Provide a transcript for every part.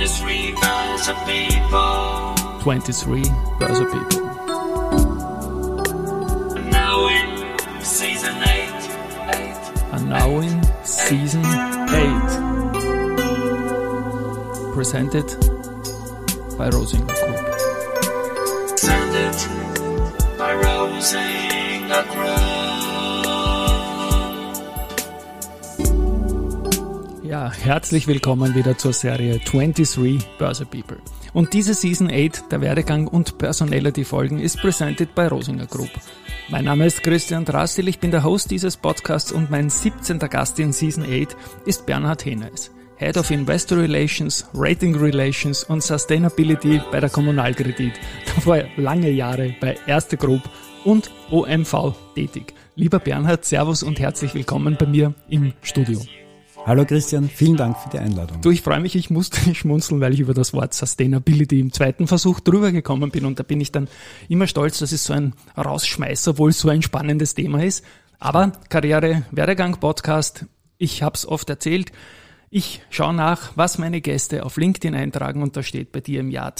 23 Börse People. 23 Börse People. And now in Season 8. And now in Season 8. Presented by Rosinger Group. Presented by Rosinger Group. Ja, herzlich willkommen wieder zur Serie 23 Börse People. Und diese Season 8, der Werdegang und Personality-Folgen, ist presented by Rosinger Group. Mein Name ist Christian Drastil, ich bin der Host dieses Podcasts und mein 17. Gast in Season 8 ist Bernhard Henes, Head of Investor Relations, Rating Relations und Sustainability bei der Kommunalkredit. Davor lange Jahre bei Erste Group und OMV tätig. Lieber Bernhard, Servus und herzlich willkommen bei mir im Studio. Hallo Christian, vielen Dank für die Einladung. Du, ich freue mich, ich musste schmunzeln, weil ich über das Wort Sustainability im zweiten Versuch drüber gekommen bin und da bin ich dann immer stolz, dass es so ein Rausschmeißer wohl so ein spannendes Thema ist. Aber Karriere, Werdegang, Podcast, ich habe es oft erzählt, ich schaue nach, was meine Gäste auf LinkedIn eintragen und da steht bei dir im Jahr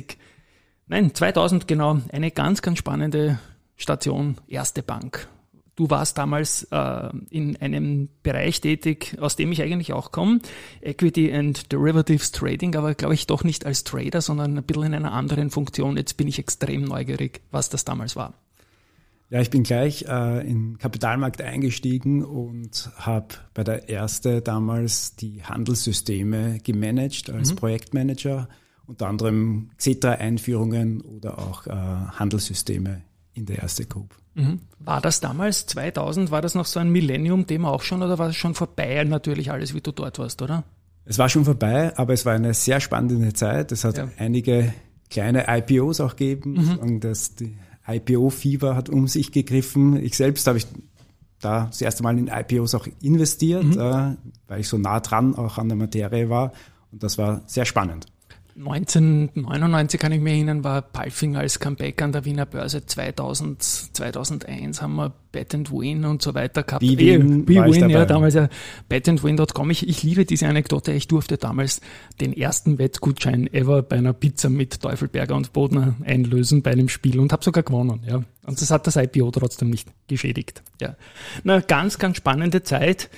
2000 genau, eine ganz, ganz spannende Station, Erste Bank. Du warst damals in einem Bereich tätig, aus dem ich eigentlich auch komme, Equity and Derivatives Trading, aber glaube ich doch nicht als Trader, sondern ein bisschen in einer anderen Funktion. Jetzt bin ich extrem neugierig, was das damals war. Ja, ich bin gleich in den Kapitalmarkt eingestiegen und habe bei der Erste damals die Handelssysteme gemanagt als Projektmanager, unter anderem Xetra-Einführungen oder auch Handelssysteme in der Erste Group. War das damals, 2000, war das noch so ein Millennium-Thema auch schon oder war es schon vorbei natürlich alles, wie du dort warst, oder? Es war schon vorbei, aber es war eine sehr spannende Zeit. Es hat einige kleine IPOs auch gegeben. Die IPO-Fieber hat um sich gegriffen. Ich selbst habe da das erste Mal in IPOs auch investiert, weil ich so nah dran auch an der Materie war. Und das war sehr spannend. 1999 kann ich mich erinnern, war Palfinger als Comeback an der Wiener Börse. 2001 haben wir Bet & Win und so weiter gehabt. BWin, ja, damals ja betandwin.com. Ich liebe diese Anekdote. Ich durfte damals den ersten Wettgutschein ever bei einer Pizza mit Teufelberger und Bodner einlösen bei einem Spiel und habe sogar gewonnen. Ja. Und das hat das IPO trotzdem nicht geschädigt. Ja. Na, ganz, ganz spannende Zeit.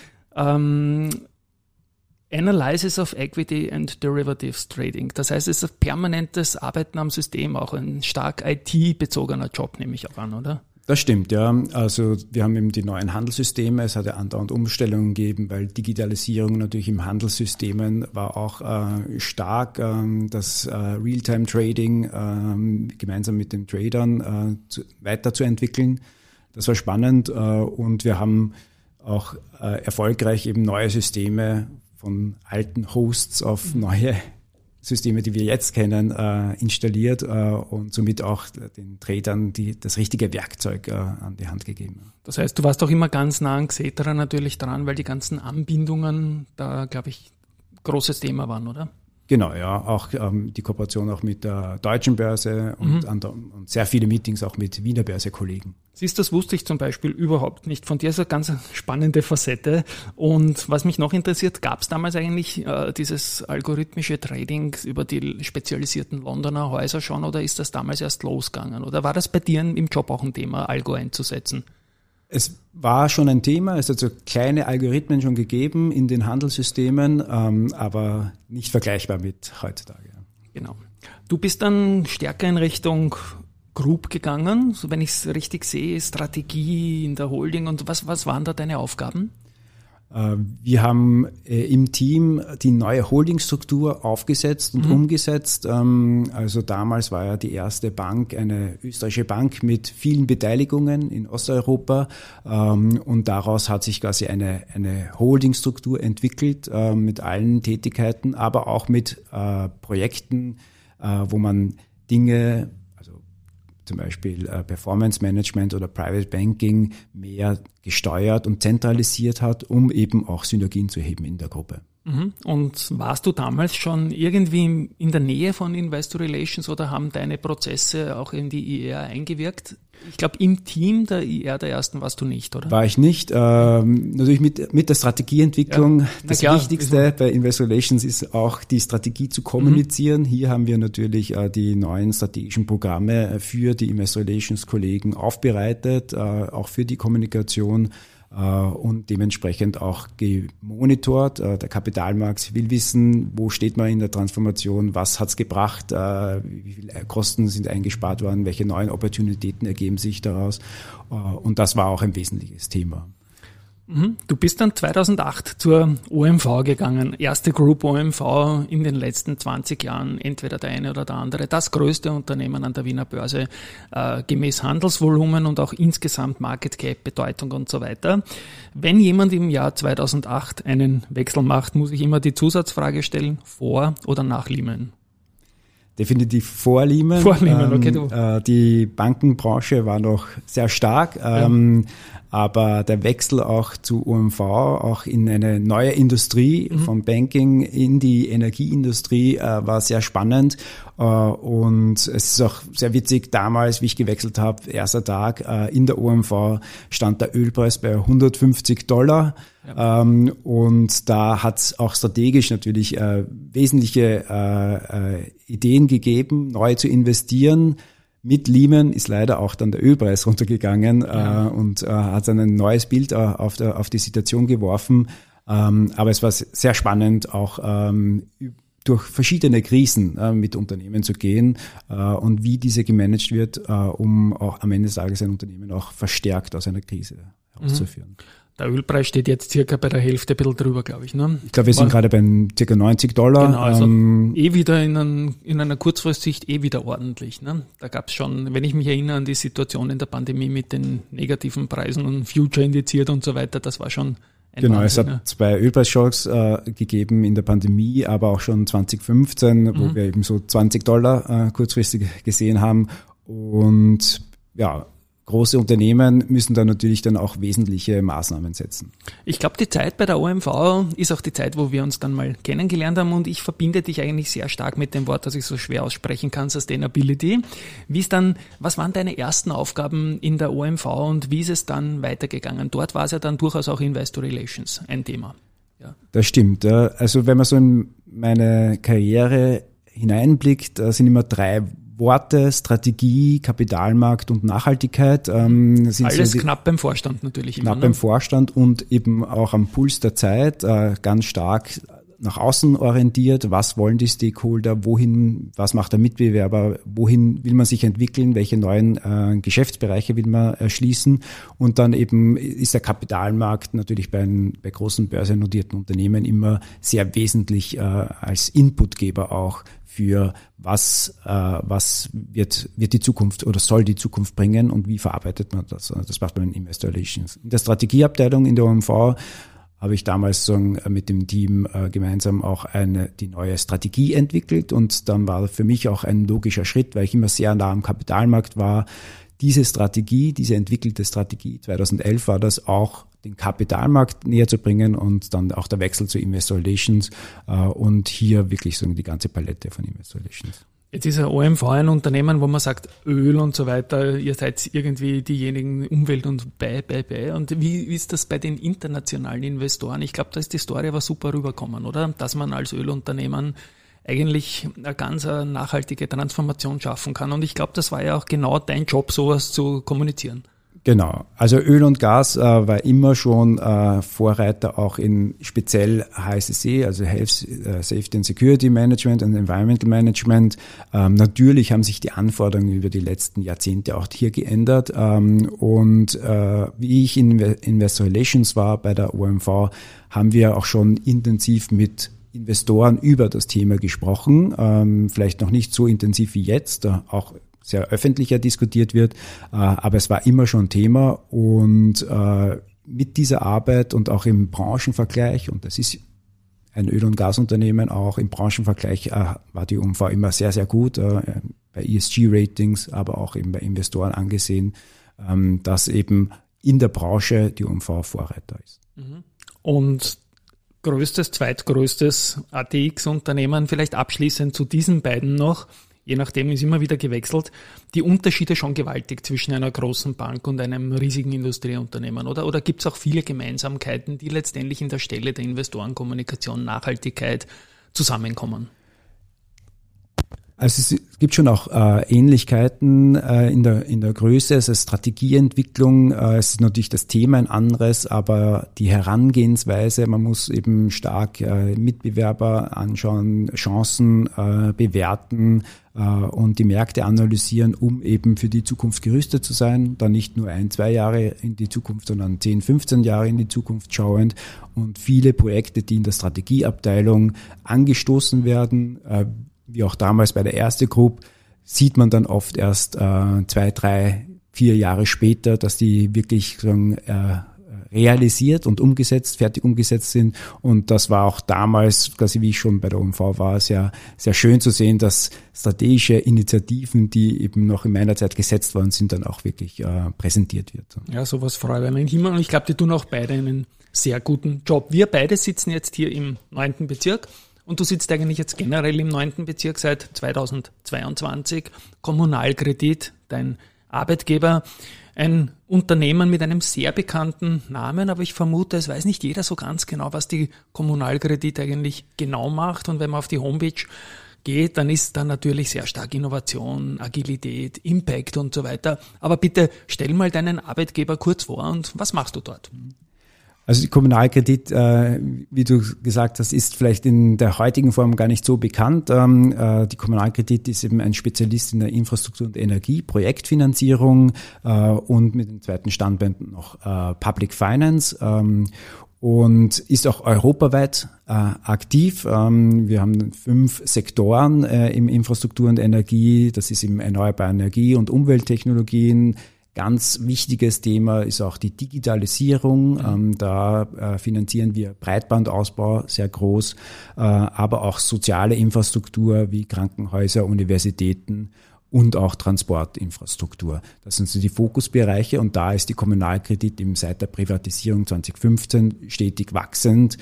Analysis of Equity and Derivatives Trading. Das heißt, es ist ein permanentes Arbeiten am System, auch ein stark IT-bezogener Job, nehme ich auch an, oder? Das stimmt, ja. Also wir haben eben die neuen Handelssysteme. Es hat ja andauernd Umstellungen gegeben, weil Digitalisierung natürlich im Handelssystemen war auch stark. Das Realtime-Trading gemeinsam mit den Tradern weiterzuentwickeln. Das war spannend und wir haben auch erfolgreich eben neue Systeme von alten Hosts auf neue Systeme, die wir jetzt kennen, installiert und somit auch den Tradern das richtige Werkzeug an die Hand gegeben. Das heißt, du warst auch immer ganz nah an Xetra natürlich dran, weil die ganzen Anbindungen da, glaube ich, großes Thema waren, oder? Genau, ja, auch die Kooperation auch mit der Deutschen Börse und sehr viele Meetings auch mit Wiener Börse-Kollegen. Siehst du, das wusste ich zum Beispiel überhaupt nicht. Von dir ist eine ganz spannende Facette. Und was mich noch interessiert, gab es damals eigentlich dieses algorithmische Trading über die spezialisierten Londoner Häuser schon oder ist das damals erst losgegangen? Oder war das bei dir im Job auch ein Thema, Algo einzusetzen? Es war schon ein Thema, es hat so kleine Algorithmen schon gegeben in den Handelssystemen, aber nicht vergleichbar mit heutzutage. Genau. Du bist dann stärker in Richtung Group gegangen, so wenn ich es richtig sehe, Strategie in der Holding und was waren da deine Aufgaben? Wir haben im Team die neue Holdingstruktur aufgesetzt und umgesetzt. Also damals war ja die Erste Bank eine österreichische Bank mit vielen Beteiligungen in Osteuropa und daraus hat sich quasi eine Holdingstruktur entwickelt mit allen Tätigkeiten, aber auch mit Projekten, wo man Dinge, also zum Beispiel Performance Management oder Private Banking, mehr gesteuert und zentralisiert hat, um eben auch Synergien zu heben in der Gruppe. Und warst du damals schon irgendwie in der Nähe von Investor Relations oder haben deine Prozesse auch in die IR eingewirkt? Ich glaube, im Team der IR der ersten warst du nicht, oder? War ich nicht. Natürlich mit der Strategieentwicklung. Ja, das Wichtigste bei Investor Relations ist auch die Strategie zu kommunizieren. Hier haben wir natürlich die neuen strategischen Programme für die Investor Relations Kollegen aufbereitet, auch für die Kommunikation. Und dementsprechend auch gemonitort. Der Kapitalmarkt will wissen, wo steht man in der Transformation, was hat's gebracht, wie viele Kosten sind eingespart worden, welche neuen Opportunitäten ergeben sich daraus. Und das war auch ein wesentliches Thema. Du bist dann 2008 zur OMV gegangen, erste Group OMV in den letzten 20 Jahren, entweder der eine oder der andere, das größte Unternehmen an der Wiener Börse, gemäß Handelsvolumen und auch insgesamt Market Cap, Bedeutung und so weiter. Wenn jemand im Jahr 2008 einen Wechsel macht, muss ich immer die Zusatzfrage stellen, vor oder nach Lehman? Definitiv vor Lehman. Vor Lehman, okay. Die Bankenbranche war noch sehr stark. Aber der Wechsel auch zu OMV, auch in eine neue Industrie, vom Banking in die Energieindustrie, war sehr spannend. Und es ist auch sehr witzig, damals, wie ich gewechselt habe, erster Tag in der OMV, stand der Ölpreis bei $150. Ja. Und da hat es auch strategisch natürlich wesentliche Ideen gegeben, neu zu investieren. Mit Lehman ist leider auch dann der Ölpreis runtergegangen und hat dann ein neues Bild auf die Situation geworfen. Aber es war sehr spannend, auch durch verschiedene Krisen mit Unternehmen zu gehen und wie diese gemanagt wird, um auch am Ende des Tages ein Unternehmen auch verstärkt aus einer Krise herauszuführen. Der Ölpreis steht jetzt circa bei der Hälfte, ein bisschen drüber, glaube ich. Ne? Ich glaube, wir sind gerade bei ca. $90. Genau, also wieder in einer Kurzfristsicht wieder ordentlich. Ne? Da gab es schon, wenn ich mich erinnere an die Situation in der Pandemie mit den negativen Preisen und Future indiziert und so weiter, das war schon ein Genau, Wahnsinn, es hat 2 Ölpreisschocks gegeben in der Pandemie, aber auch schon 2015, wo wir eben so $20 kurzfristig gesehen haben. Und ja, große Unternehmen müssen da natürlich dann auch wesentliche Maßnahmen setzen. Ich glaube, die Zeit bei der OMV ist auch die Zeit, wo wir uns dann mal kennengelernt haben, und ich verbinde dich eigentlich sehr stark mit dem Wort, das ich so schwer aussprechen kann, Sustainability. Was waren deine ersten Aufgaben in der OMV und wie ist es dann weitergegangen? Dort war es ja dann durchaus auch Investor Relations ein Thema. Ja. Das stimmt. Also wenn man so in meine Karriere hineinblickt, sind immer 3 Worte: Strategie, Kapitalmarkt und Nachhaltigkeit. Sind alles so knapp beim Vorstand natürlich. Knapp beim Vorstand und eben auch am Puls der Zeit, ganz stark nach außen orientiert. Was wollen die Stakeholder? Wohin, was macht der Mitbewerber? Wohin will man sich entwickeln? Welche neuen Geschäftsbereiche will man erschließen? Und dann eben ist der Kapitalmarkt natürlich bei großen börsennotierten Unternehmen immer sehr wesentlich als Inputgeber auch für was wird die Zukunft oder soll die Zukunft bringen und wie verarbeitet man das? Das macht man in Investor Relations. In der Strategieabteilung in der OMV habe ich damals mit dem Team gemeinsam auch die neue Strategie entwickelt, und dann war für mich auch ein logischer Schritt, weil ich immer sehr nah am Kapitalmarkt war, diese entwickelte Strategie, 2011 war das, auch den Kapitalmarkt näher zu bringen, und dann auch der Wechsel zu Investor Relations und hier wirklich so die ganze Palette von Investor Relations. Jetzt ist ja OMV ein Unternehmen, wo man sagt, Öl und so weiter, ihr seid irgendwie diejenigen Umwelt und Und wie ist das bei den internationalen Investoren? Ich glaube, da ist die Story aber super rübergekommen, oder? Dass man als Ölunternehmen eigentlich eine ganz nachhaltige Transformation schaffen kann. Und ich glaube, das war ja auch genau dein Job, sowas zu kommunizieren. Genau. Also Öl und Gas war immer schon Vorreiter auch in speziell HSSE, also Health, Safety and Security Management und Environmental Management. Natürlich haben sich die Anforderungen über die letzten Jahrzehnte auch hier geändert. Und wie ich in Investor Relations war bei der OMV, haben wir auch schon intensiv mit Investoren über das Thema gesprochen. Vielleicht noch nicht so intensiv wie jetzt, auch sehr öffentlicher diskutiert wird, aber es war immer schon Thema, und mit dieser Arbeit und auch im Branchenvergleich, und das ist ein Öl- und Gasunternehmen, auch im Branchenvergleich war die OMV immer sehr, sehr gut, bei ESG-Ratings, aber auch eben bei Investoren angesehen, dass eben in der Branche die OMV Vorreiter ist. Und zweitgrößtes ATX-Unternehmen, vielleicht abschließend zu diesen beiden noch, je nachdem ist immer wieder gewechselt, die Unterschiede schon gewaltig zwischen einer großen Bank und einem riesigen Industrieunternehmen, oder? Oder gibt es auch viele Gemeinsamkeiten, die letztendlich in der Stelle der Investorenkommunikation, Nachhaltigkeit zusammenkommen? Also es gibt schon auch Ähnlichkeiten in der Größe, also Strategieentwicklung, es ist natürlich das Thema ein anderes, aber die Herangehensweise, man muss eben stark Mitbewerber anschauen, Chancen bewerten und die Märkte analysieren, um eben für die Zukunft gerüstet zu sein, dann nicht nur 1-2 Jahre in die Zukunft, sondern 10-15 Jahre in die Zukunft schauend und viele Projekte, die in der Strategieabteilung angestoßen werden, wie auch damals bei der Erste Group, sieht man dann oft erst 2, 3, 4 Jahre später, dass die wirklich realisiert und fertig umgesetzt sind. Und das war auch damals, quasi wie ich schon bei der OMV war, sehr, sehr schön zu sehen, dass strategische Initiativen, die eben noch in meiner Zeit gesetzt worden sind, dann auch wirklich präsentiert wird. Ja, sowas freut einen immer. Und ich glaube, die tun auch beide einen sehr guten Job. Wir beide sitzen jetzt hier im 9. Bezirk. Und du sitzt eigentlich jetzt generell im 9. Bezirk seit 2022. Kommunalkredit, dein Arbeitgeber, ein Unternehmen mit einem sehr bekannten Namen, aber ich vermute, es weiß nicht jeder so ganz genau, was die Kommunalkredit eigentlich genau macht. Und wenn man auf die Homepage geht, dann ist da natürlich sehr stark Innovation, Agilität, Impact und so weiter. Aber bitte stell mal deinen Arbeitgeber kurz vor und was machst du dort? Also die Kommunalkredit, wie du gesagt hast, ist vielleicht in der heutigen Form gar nicht so bekannt. Die Kommunalkredit ist eben ein Spezialist in der Infrastruktur- und Energie-Projektfinanzierung und mit dem zweiten Standbein noch Public Finance und ist auch europaweit aktiv. Wir haben 5 Sektoren im Infrastruktur und Energie. Das ist eben erneuerbare Energie und Umwelttechnologien. Ganz wichtiges Thema ist auch die Digitalisierung. Da finanzieren wir Breitbandausbau sehr groß, aber auch soziale Infrastruktur wie Krankenhäuser, Universitäten und auch Transportinfrastruktur. Das sind so die Fokusbereiche und da ist die Kommunalkredit eben seit der Privatisierung 2015 stetig wachsend,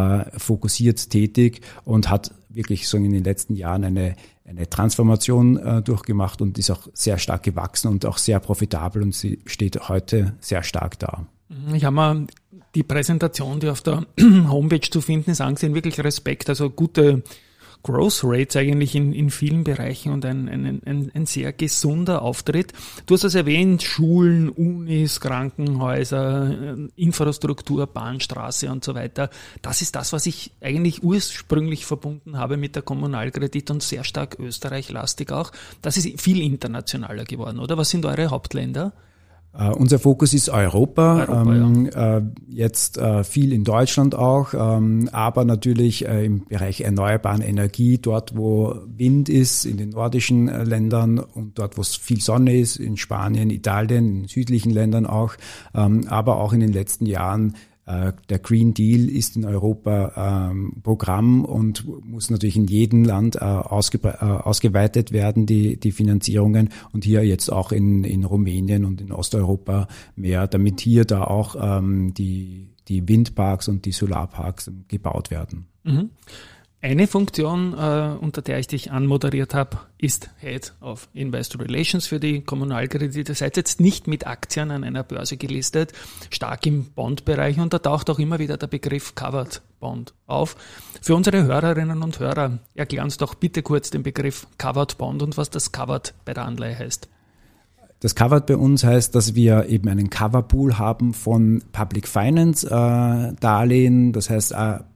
fokussiert tätig und hat wirklich so in den letzten Jahren eine Transformation durchgemacht und ist auch sehr stark gewachsen und auch sehr profitabel und sie steht heute sehr stark da. Ich habe mir die Präsentation, die auf der Homepage zu finden ist, angesehen, wirklich Respekt, also gute Growth Rates eigentlich in vielen Bereichen und ein sehr gesunder Auftritt. Du hast es erwähnt, Schulen, Unis, Krankenhäuser, Infrastruktur, Bahnstraße und so weiter. Das ist das, was ich eigentlich ursprünglich verbunden habe mit der Kommunalkredit und sehr stark österreichlastig auch. Das ist viel internationaler geworden, oder? Was sind eure Hauptländer? Unser Fokus ist Europa, ja. Jetzt viel in Deutschland auch, aber natürlich im Bereich erneuerbaren Energie, dort wo Wind ist, in den nordischen Ländern und dort wo es viel Sonne ist, in Spanien, Italien, in südlichen Ländern auch, aber auch in den letzten Jahren. Der Green Deal ist in Europa Programm und muss natürlich in jedem Land ausgeweitet werden, die Finanzierungen und hier jetzt auch in Rumänien und in Osteuropa mehr, damit hier da auch die Windparks und die Solarparks gebaut werden. Mhm. Eine Funktion, unter der ich dich anmoderiert habe, ist Head of Investor Relations für die Kommunalkredite. Ihr seid jetzt nicht mit Aktien an einer Börse gelistet, stark im Bond-Bereich und da taucht auch immer wieder der Begriff Covered Bond auf. Für unsere Hörerinnen und Hörer, erklär uns doch bitte kurz den Begriff Covered Bond und was das Covered bei der Anleihe heißt. Das Covered bei uns heißt, dass wir eben einen Coverpool haben von Public Finance Darlehen. Das heißt,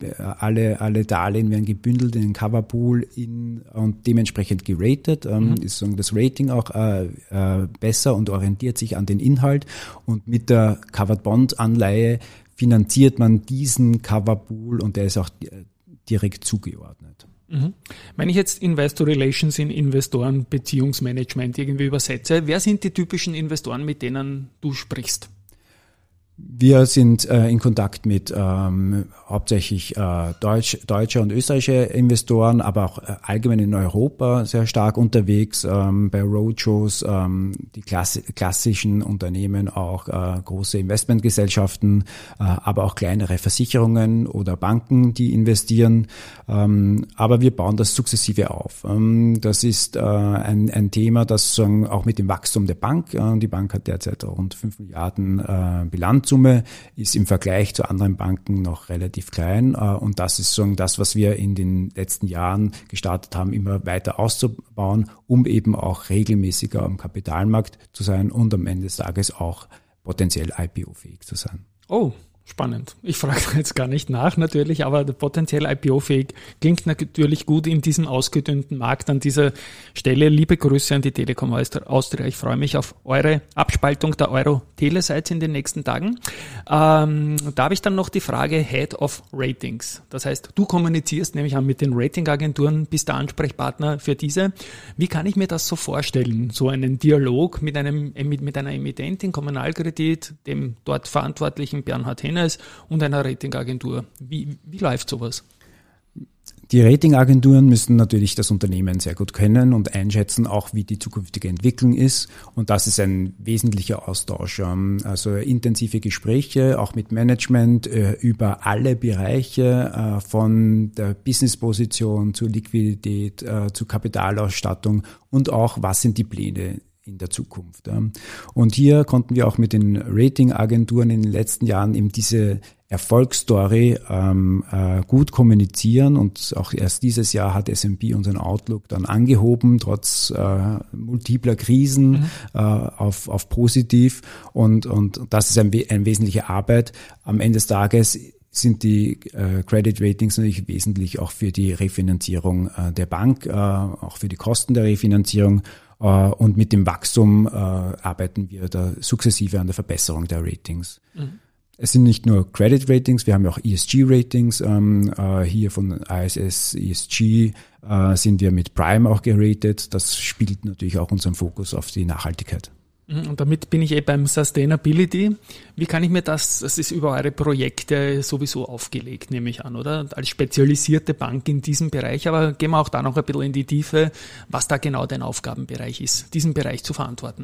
alle Darlehen werden gebündelt in den Coverpool und dementsprechend geratet. Ist das Rating auch besser und orientiert sich an den Inhalt. Und mit der Covered Bond Anleihe finanziert man diesen Coverpool und der ist auch direkt zugeordnet. Wenn ich jetzt Investor Relations in Investorenbeziehungsmanagement irgendwie übersetze, wer sind die typischen Investoren, mit denen du sprichst? Wir sind in Kontakt mit hauptsächlich deutsche und österreichische Investoren, aber auch allgemein in Europa sehr stark unterwegs, bei Roadshows, die klassischen Unternehmen, auch große Investmentgesellschaften, aber auch kleinere Versicherungen oder Banken, die investieren. Aber wir bauen das sukzessive auf. Das ist ein Thema, das auch mit dem Wachstum der Bank, die Bank hat derzeit rund 5 Milliarden Bilanzsumme, ist im Vergleich zu anderen Banken noch relativ klein. Und das ist das, was wir in den letzten Jahren gestartet haben, immer weiter auszubauen, um eben auch regelmäßiger am Kapitalmarkt zu sein und am Ende des Tages auch potenziell IPO-fähig zu sein. Oh, spannend. Ich frage jetzt gar nicht nach natürlich, aber potenziell IPO-fähig klingt natürlich gut in diesem ausgedünnten Markt. An dieser Stelle liebe Grüße an die Telekom Austria. Ich freue mich auf eure Abspaltung der Euro-Tele-Seite in den nächsten Tagen. Da habe ich dann noch die Frage Head of Ratings. Das heißt, du kommunizierst nämlich auch mit den Ratingagenturen, bist der Ansprechpartner für diese. Wie kann ich mir das so vorstellen? So einen Dialog mit einer Emittentin, Kommunalkredit, dem dort Verantwortlichen Bernhard Hennes und einer Ratingagentur. Wie läuft sowas? Die Ratingagenturen müssen natürlich das Unternehmen sehr gut kennen und einschätzen, auch wie die zukünftige Entwicklung ist. Und das ist ein wesentlicher Austausch. Also intensive Gespräche, auch mit Management über alle Bereiche, von der Businessposition zur Liquidität, zur Kapitalausstattung und auch, was sind die Pläne in der Zukunft. Und hier konnten wir auch mit den Ratingagenturen in den letzten Jahren eben diese Erfolgsstory gut kommunizieren und auch erst dieses Jahr hat S&P unseren Outlook dann angehoben, trotz multipler Krisen auf positiv und das ist eine wesentliche Arbeit. Am Ende des Tages sind die Credit Ratings natürlich wesentlich auch für die Refinanzierung der Bank, auch für die Kosten der Refinanzierung. Und mit dem Wachstum arbeiten wir da sukzessive an der Verbesserung der Ratings. Mhm. Es sind nicht nur Credit Ratings, wir haben ja auch ESG-Ratings. Hier von ISS ESG sind wir mit Prime auch geratet. Das spielt natürlich auch unseren Fokus auf die Nachhaltigkeit. Und damit bin ich beim Sustainability. Wie kann ich mir das ist über eure Projekte sowieso aufgelegt, nehme ich an, oder? Als spezialisierte Bank in diesem Bereich, aber gehen wir auch da noch ein bisschen in die Tiefe, was da genau dein Aufgabenbereich ist, diesen Bereich zu verantworten.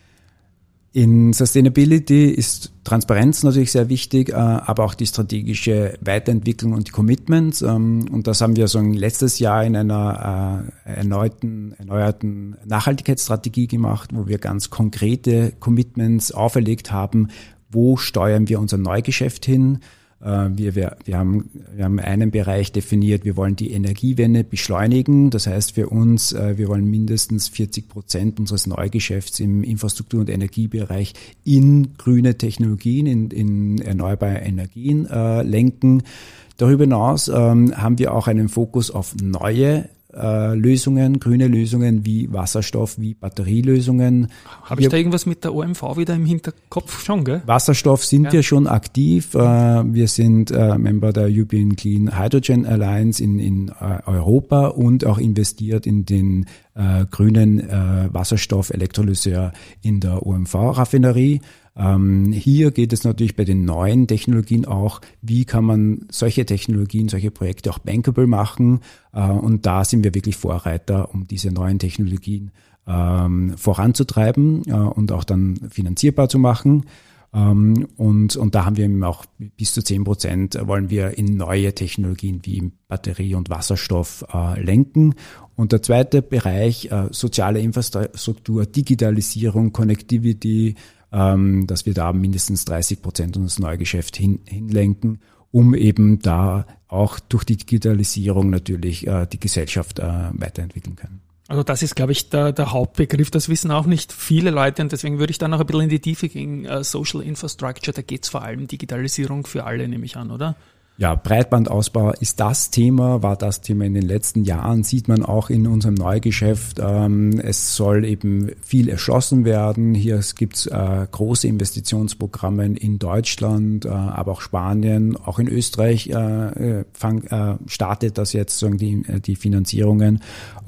In Sustainability ist Transparenz natürlich sehr wichtig, aber auch die strategische Weiterentwicklung und die Commitments. Und das haben wir so letztes Jahr in einer erneuerten Nachhaltigkeitsstrategie gemacht, wo wir ganz konkrete Commitments auferlegt haben. Wo steuern wir unser Neugeschäft hin? Wir haben einen Bereich definiert, wir wollen die Energiewende beschleunigen. Das heißt für uns, wir wollen mindestens 40% unseres Neugeschäfts im Infrastruktur- und Energiebereich in grüne Technologien, in erneuerbare Energien lenken. Darüber hinaus haben wir auch einen Fokus auf neue Lösungen, grüne Lösungen wie Wasserstoff, wie Batterielösungen. Habe ich da irgendwas mit der OMV wieder im Hinterkopf schon, gell? Wasserstoff sind wir schon aktiv. Wir sind Member der European Clean Hydrogen Alliance in Europa und auch investiert in den grünen Wasserstoff-Elektrolyseur in der OMV-Raffinerie. Hier geht es natürlich bei den neuen Technologien auch, wie kann man solche Technologien, solche Projekte auch bankable machen. Und da sind wir wirklich Vorreiter, um diese neuen Technologien voranzutreiben und auch dann finanzierbar zu machen. Und da haben wir eben auch bis zu 10% wollen wir in neue Technologien wie Batterie und Wasserstoff lenken. Und der zweite Bereich, soziale Infrastruktur, Digitalisierung, Connectivity, dass wir da mindestens 30% unseres Neugeschäfts hinlenken, um eben da auch durch die Digitalisierung natürlich die Gesellschaft weiterentwickeln können. Also das ist, glaube ich, der Hauptbegriff. Das wissen auch nicht viele Leute und deswegen würde ich da noch ein bisschen in die Tiefe gehen. Social Infrastructure, da geht es vor allem Digitalisierung für alle, nehme ich an, oder? Ja, Breitbandausbau ist das Thema, war das Thema in den letzten Jahren, sieht man auch in unserem Neugeschäft. Es soll eben viel erschlossen werden. Hier gibt es große Investitionsprogramme in Deutschland, aber auch Spanien, auch in Österreich startet das jetzt die Finanzierungen.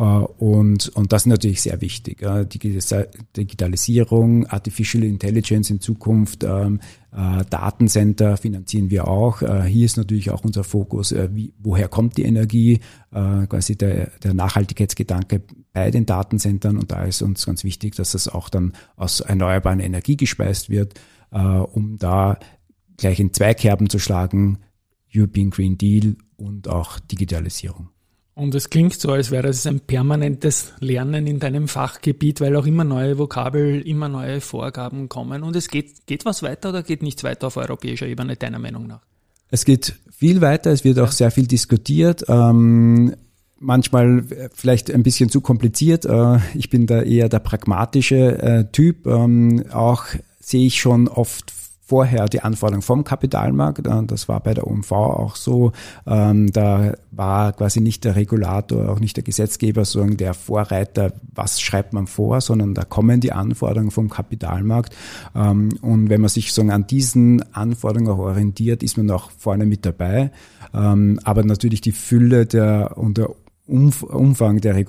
Und das ist natürlich sehr wichtig. Die Digitalisierung, Artificial Intelligence in Zukunft Datencenter finanzieren wir auch. Hier ist natürlich auch unser Fokus, woher kommt die Energie, quasi der Nachhaltigkeitsgedanke bei den Datencentern. Und da ist uns ganz wichtig, dass das auch dann aus erneuerbaren Energie gespeist wird, um da gleich in zwei Kerben zu schlagen, European Green Deal und auch Digitalisierung. Und es klingt so, als wäre es ein permanentes Lernen in deinem Fachgebiet, weil auch immer neue Vokabel, immer neue Vorgaben kommen. Und es geht was weiter oder geht nichts weiter auf europäischer Ebene, deiner Meinung nach? Es geht viel weiter, es wird auch sehr viel diskutiert. Manchmal vielleicht ein bisschen zu kompliziert. Ich bin da eher der pragmatische Typ. Auch sehe ich schon oft vorher die Anforderungen vom Kapitalmarkt. Das war bei der OMV auch so. Da war quasi nicht der Regulator, auch nicht der Gesetzgeber, sondern der Vorreiter, was schreibt man vor, sondern da kommen die Anforderungen vom Kapitalmarkt. Und wenn man sich so an diesen Anforderungen auch orientiert, ist man auch vorne mit dabei. Aber natürlich die Fülle und der Umfang der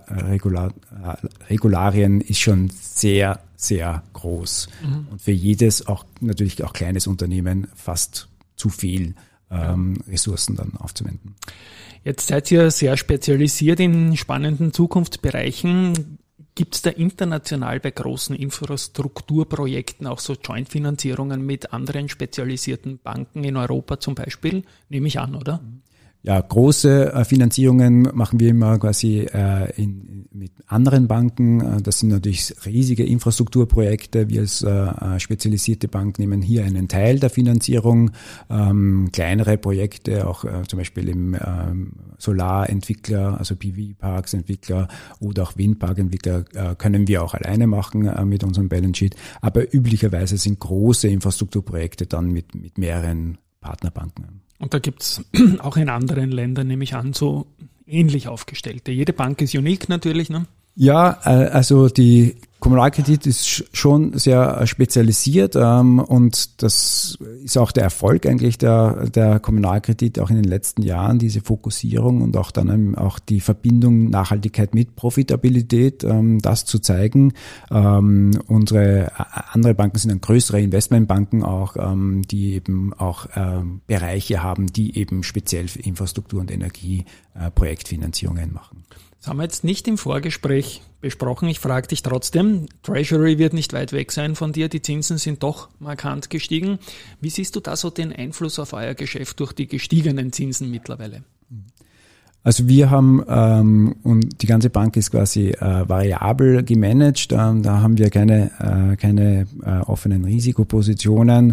Regularien ist schon sehr, sehr groß. Und für jedes, auch natürlich auch kleines Unternehmen, fast zu viel Ressourcen dann aufzuwenden. Jetzt seid ihr sehr spezialisiert in spannenden Zukunftsbereichen. Gibt es da international bei großen Infrastrukturprojekten auch so Joint-Finanzierungen mit anderen spezialisierten Banken in Europa zum Beispiel? Nehme ich an, oder? Ja, große Finanzierungen machen wir immer quasi mit anderen Banken. Das sind natürlich riesige Infrastrukturprojekte. Wir als spezialisierte Bank nehmen hier einen Teil der Finanzierung. Kleinere Projekte, auch zum Beispiel im Solarentwickler, also PV-Parks-Entwickler oder auch Windpark-Entwickler können wir auch alleine machen mit unserem Balance Sheet. Aber üblicherweise sind große Infrastrukturprojekte dann mit mehreren Partnerbanken. Und da gibt's auch in anderen Ländern, nehme ich an, so ähnlich aufgestellte. Jede Bank ist unique natürlich, ne? Ja, also die Kommunalkredit ist schon sehr spezialisiert und das ist auch der Erfolg eigentlich der Kommunalkredit auch in den letzten Jahren, diese Fokussierung und auch dann auch die Verbindung Nachhaltigkeit mit Profitabilität, das zu zeigen. Unsere andere Banken sind dann größere Investmentbanken auch, die eben auch Bereiche haben, die eben speziell für Infrastruktur- und Energieprojektfinanzierungen machen. Das haben wir jetzt nicht im Vorgespräch besprochen. Ich frage dich trotzdem, Treasury wird nicht weit weg sein von dir, die Zinsen sind doch markant gestiegen. Wie siehst du da so den Einfluss auf euer Geschäft durch die gestiegenen Zinsen mittlerweile? Also wir haben, und die ganze Bank ist quasi variabel gemanagt, da haben wir keine offenen Risikopositionen.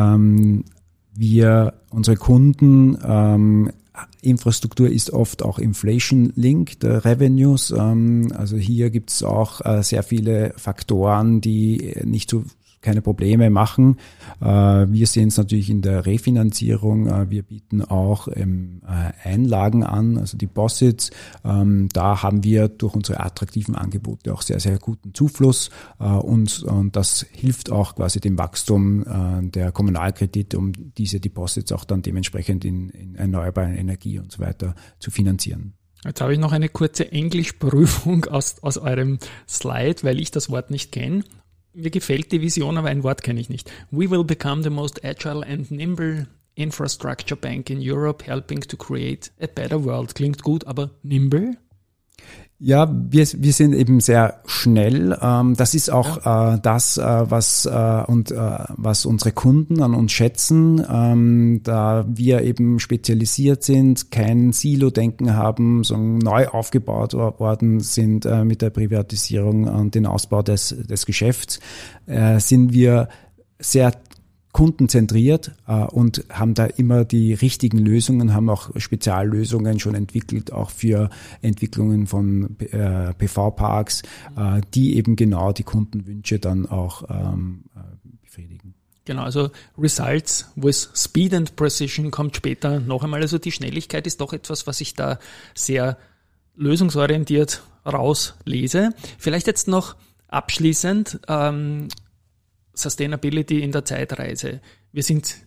Unsere Kunden, Infrastruktur ist oft auch Inflation-linked Revenues. Also hier gibt es auch sehr viele Faktoren, die keine Probleme machen. Wir sehen es natürlich in der Refinanzierung. Wir bieten auch Einlagen an, also Deposits. Da haben wir durch unsere attraktiven Angebote auch sehr, sehr guten Zufluss. Und das hilft auch quasi dem Wachstum der Kommunalkredite, um diese Deposits auch dann dementsprechend in erneuerbare Energie und so weiter zu finanzieren. Jetzt habe ich noch eine kurze Englischprüfung aus eurem Slide, weil ich das Wort nicht kenne. Mir gefällt die Vision, aber ein Wort kenne ich nicht. We will become the most agile and nimble infrastructure bank in Europe, helping to create a better world. Klingt gut, aber nimble? Ja, wir sind eben sehr schnell. Das ist auch was unsere Kunden an uns schätzen, da wir eben spezialisiert sind, kein Silo-Denken haben, so neu aufgebaut worden sind mit der Privatisierung und dem Ausbau des Geschäfts, sind wir sehr kundenzentriert und haben da immer die richtigen Lösungen, haben auch Speziallösungen schon entwickelt, auch für Entwicklungen von PV-Parks, die eben genau die Kundenwünsche dann auch befriedigen. Genau, also Results with Speed and Precision kommt später noch einmal. Also die Schnelligkeit ist doch etwas, was ich da sehr lösungsorientiert rauslese. Vielleicht jetzt noch abschließend, Sustainability in der Zeitreise. Wir sind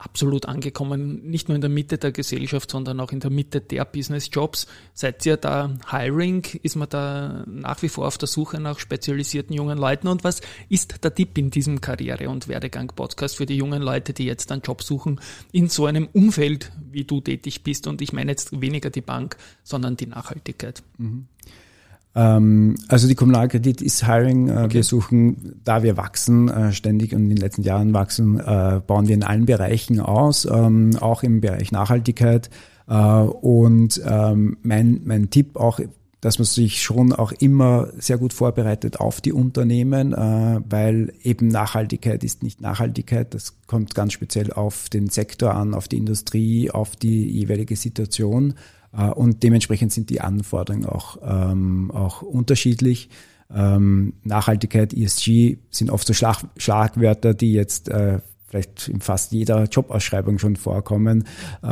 absolut angekommen, nicht nur in der Mitte der Gesellschaft, sondern auch in der Mitte der Business-Jobs. Seid ihr da Hiring? Ist man da nach wie vor auf der Suche nach spezialisierten jungen Leuten? Und was ist der Tipp in diesem Karriere- und Werdegang-Podcast für die jungen Leute, die jetzt einen Job suchen, in so einem Umfeld, wie du tätig bist? Und ich meine jetzt weniger die Bank, sondern die Nachhaltigkeit. Also die Kommunalkredit ist Hiring. Okay. Wir suchen, da wir wachsen ständig und in den letzten Jahren wachsen, bauen wir in allen Bereichen aus, auch im Bereich Nachhaltigkeit. Und mein Tipp auch, dass man sich schon auch immer sehr gut vorbereitet auf die Unternehmen, weil eben Nachhaltigkeit ist nicht Nachhaltigkeit. Das kommt ganz speziell auf den Sektor an, auf die Industrie, auf die jeweilige Situation. Und dementsprechend sind die Anforderungen auch unterschiedlich. Nachhaltigkeit, ESG sind oft so Schlagwörter, die jetzt vielleicht in fast jeder Jobausschreibung schon vorkommen.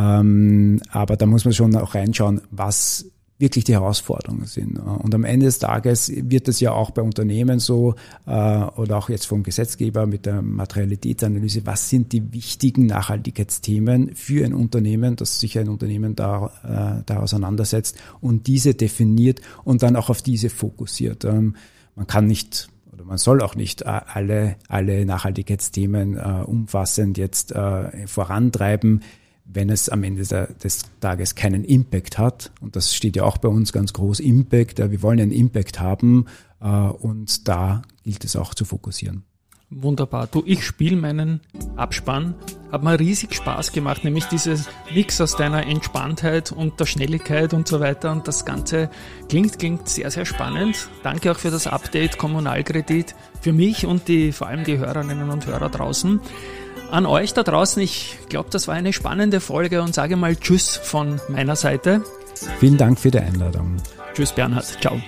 Aber da muss man schon auch reinschauen, was wirklich die Herausforderungen sind. Und am Ende des Tages wird es ja auch bei Unternehmen so, oder auch jetzt vom Gesetzgeber mit der Materialitätsanalyse, was sind die wichtigen Nachhaltigkeitsthemen für ein Unternehmen, dass sich ein Unternehmen da auseinandersetzt und diese definiert und dann auch auf diese fokussiert. Man kann nicht oder man soll auch nicht alle Nachhaltigkeitsthemen umfassend jetzt vorantreiben, wenn es am Ende des Tages keinen Impact hat. Und das steht ja auch bei uns ganz groß, Impact. Wir wollen einen Impact haben und da gilt es auch zu fokussieren. Wunderbar. Du, ich spiele meinen Abspann. Hat mir riesig Spaß gemacht, nämlich dieses Mix aus deiner Entspanntheit und der Schnelligkeit und so weiter. Und das Ganze klingt sehr, sehr spannend. Danke auch für das Update Kommunalkredit für mich und vor allem die Hörerinnen und Hörer draußen. An euch da draußen, ich glaube, das war eine spannende Folge und sage mal Tschüss von meiner Seite. Vielen Dank für die Einladung. Tschüss Bernhard, ciao.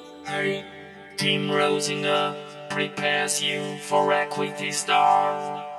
Team Rosinger prepares you for Equity Star.